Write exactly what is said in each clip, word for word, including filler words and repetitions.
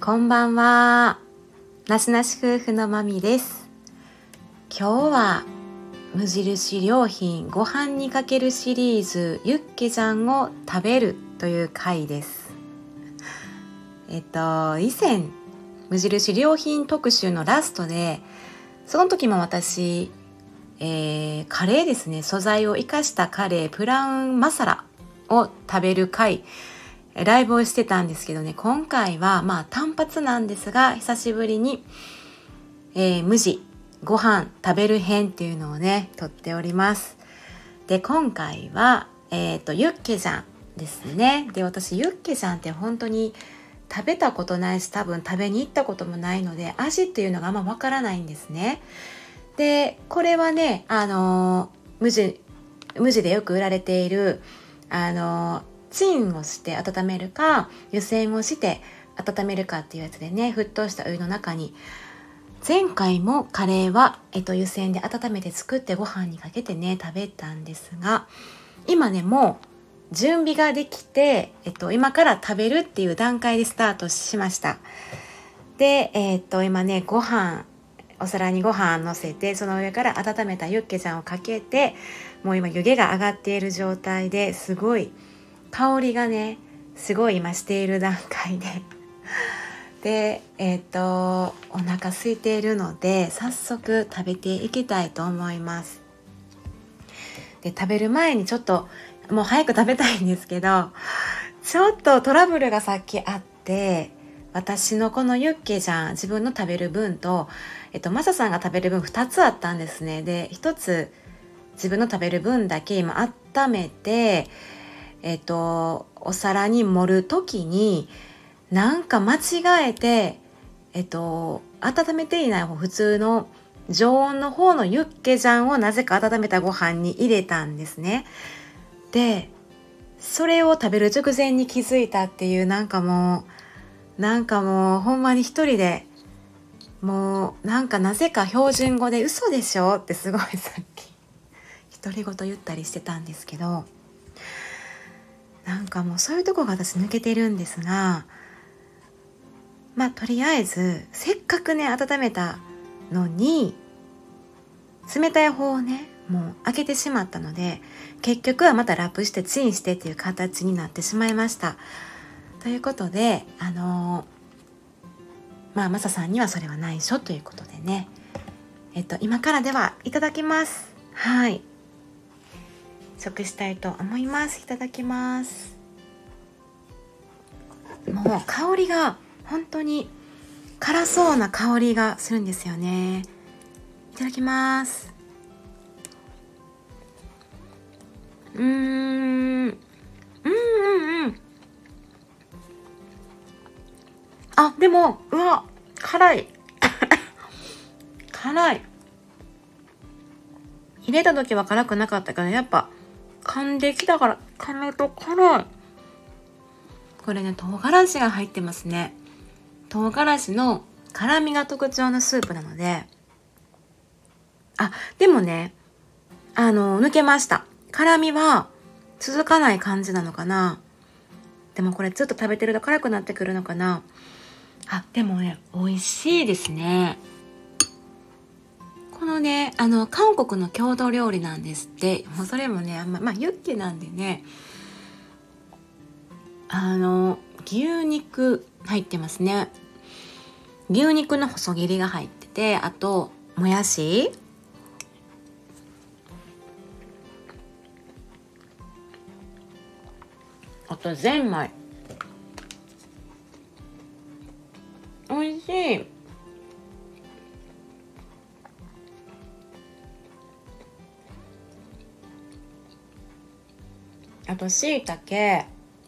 こんばんは。なしなし夫婦のまみです。今日は無印良品ご飯にかけるシリーズユッケジャンを食べるという回です。えっと以前無印良品特集のラストで、その時も私、えー、カレーですね、素材を生かしたカレープラウンマサラを食べる回ライブをしてたんですけどね、今回はまあ単発なんですが、久しぶりに、えー、無地ご飯食べる編っていうのをね撮っております。で今回は、えー、とユッケジャンですね。で私ユッケジャンって本当に食べたことないし、多分食べに行ったこともないので味っていうのがあんまわからないんですね。でこれはね、あのー、無地無地でよく売られているあのーチンをして温めるか湯煎をして温めるかっていうやつでね、沸騰したお湯の中に、前回もカレーは、えっと、湯煎で温めて作ってご飯にかけてね食べたんですが、今ねもう準備ができて、えっと、今から食べるっていう段階でスタートしました。で、えっと、今ねご飯お皿にご飯乗せて、その上から温めたユッケジャンをかけて、もう今湯気が上がっている状態で、すごい香りがねすごい今している段階ででえっ、とお腹空いているので、早速食べていきたいと思います。で食べる前にちょっともう早く食べたいんですけど、ちょっとトラブルがさっきあって、私のこのユッケジャン、自分の食べる分と、えっと、マサさんが食べる分ふたつあったんですね。でひとつ自分の食べる分だけ今温めて、えっと、お皿に盛る時になんか間違えて、えっと、温めていない方、普通の常温の方のユッケジャンをなぜか温めたご飯に入れたんですね。でそれを食べる直前に気づいたっていう、なんかもうなんかもうほんまに一人でもうなんかなぜか標準語で嘘でしょってすごいさっき独り言言ったりしてたんですけど、なんかもうそういうとこが私抜けてるんですが、まあとりあえずせっかくね温めたのに冷たい方をねもう開けてしまったので、結局はまたラップしてチンしてっていう形になってしまいました。ということであのー、まあマサさんにはそれは内緒ということでね、えっと今からではいただきます。はい、食したいと思います。いただきます。もう香りが本当に辛そうな香りがするんですよね。いただきます。うーんうんうんうん。あ、でもうわ辛い辛い。入れた時は辛くなかったから、やっぱ噛んできたから噛むと辛い。これね唐辛子が入ってますね。唐辛子の辛みが特徴のスープなので、あでもねあの抜けました。辛みは続かない感じなのかな。でもこれずっと食べてると辛くなってくるのかな。あでもね美味しいですね。このねあの韓国の郷土料理なんですって。もうそれもねあんままあユッケなんでね、あの牛肉入ってますね。牛肉の細切りが入ってて、あともやし、あとゼンマイ、美味しい。あとしいたけ、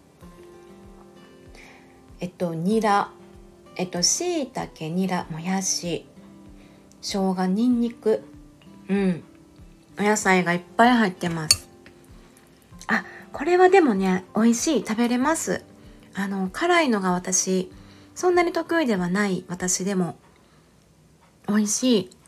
えっとニラ、えっとしいたけ、ニラ、もやし、生姜、にんにく、うんお野菜がいっぱい入ってます。あこれはでもね美味しい、食べれます。あの辛いのが私そんなに得意ではない私でも美味しい。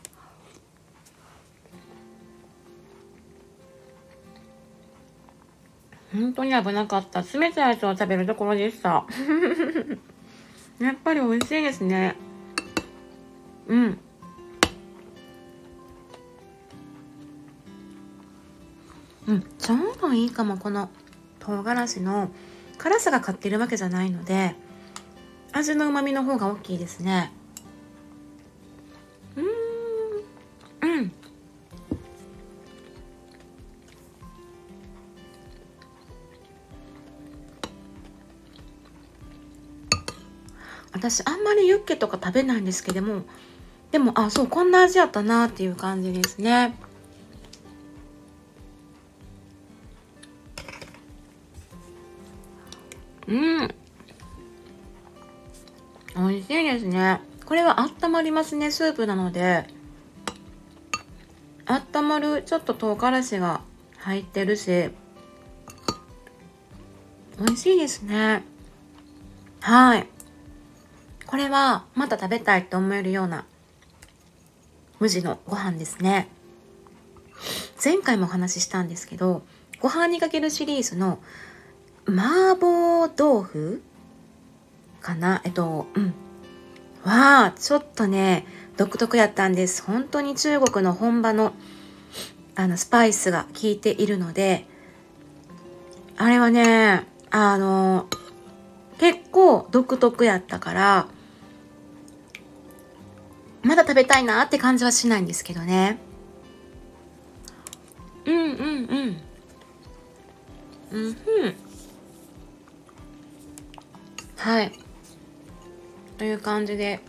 本当に危なかった。冷たいやつを食べるところでしたやっぱり美味しいですね。うんうん、ちょうどいいかも。この唐辛子の辛さが勝ってるわけじゃないので、味の旨味の方が大きいですね。うーんうん私あんまりユッケとか食べないんですけども、でもあそうこんな味やったなっていう感じですね。うん美味しいですね。これは温まりますね。スープなので温まる。ちょっと唐辛子が入ってるし美味しいですね。はい、これはまた食べたいと思えるような無地のご飯ですね。前回もお話ししたんですけど、ご飯にかけるシリーズの麻婆豆腐かな、えっとうんはちょっとね独特やったんです。本当に中国の本場のあのスパイスが効いているので、あれはねあの結構独特やったからまだ食べたいなって感じはしないんですけどね。うんうんうんうんうんはいという感じで、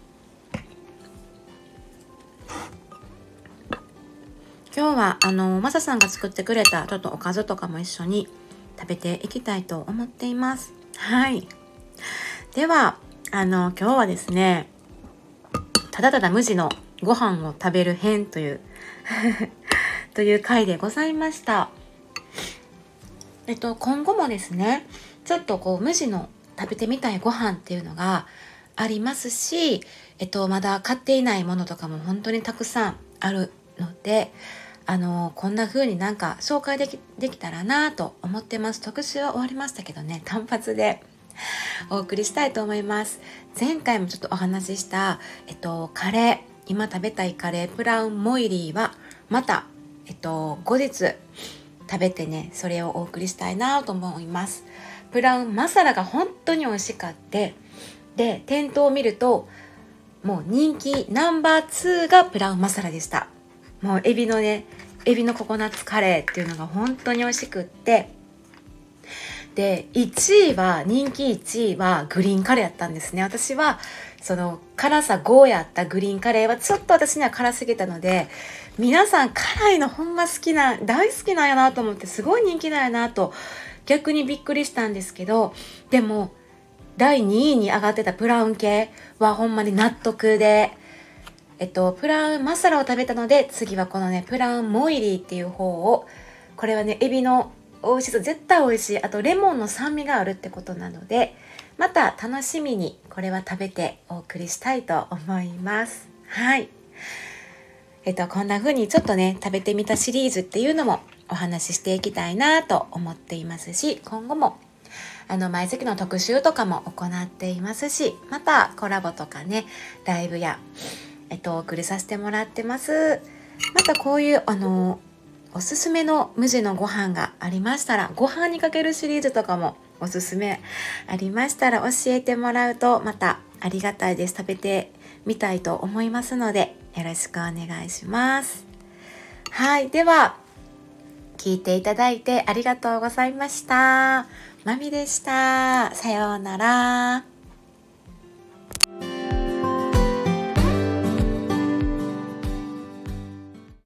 今日はあのマサさんが作ってくれたちょっとおかずとかも一緒に食べていきたいと思っています。はい、ではあの今日はですね、ただただ無地のご飯を食べる編というという回でございました。えっと今後もですね、ちょっとこう無地の食べてみたいご飯っていうのがありますし、えっとまだ買っていないものとかも本当にたくさんあるので、あのこんな風になんか紹介できできたらなと思ってます。特集は終わりましたけどね、単発でお送りしたいと思います。前回もちょっとお話しした、えっと、カレー、今食べたいカレープラウンモイリーはまた、えっと、後日食べてね、それをお送りしたいなと思います。プラウンマサラが本当に美味しかって、で店頭を見るともう人気ナンバーツーがプラウンマサラでした。もうエビのねエビのココナッツカレーっていうのが本当に美味しくって、でいちいは人気いちいはグリーンカレーやったんですね。私はその辛さごやったグリーンカレーはちょっと私には辛すぎたので、皆さん辛いのほんま好きな大好きなんやなと思って、すごい人気なんやなと逆にびっくりしたんですけど、でもだいにいに上がってたプラウン系はほんまに納得で、えっとプラウンマサラを食べたので、次はこのねプラウンモイリーっていう方を、これはねエビの美味しさ絶対美味しい、あとレモンの酸味があるってことなので、また楽しみにこれは食べてお送りしたいと思います。はい、えっとこんな風にちょっとね食べてみたシリーズっていうのもお話ししていきたいなと思っていますし、今後もあの毎月の特集とかも行っていますし、またコラボとかねライブやえっとお送りさせてもらってます。またこういうあのおすすめの無地のご飯がありましたら、ご飯にかけるシリーズとかもおすすめありましたら教えてもらうとまたありがたいです。食べてみたいと思いますのでよろしくお願いします。はい、では聞いていただいてありがとうございました。まみでした。さようなら。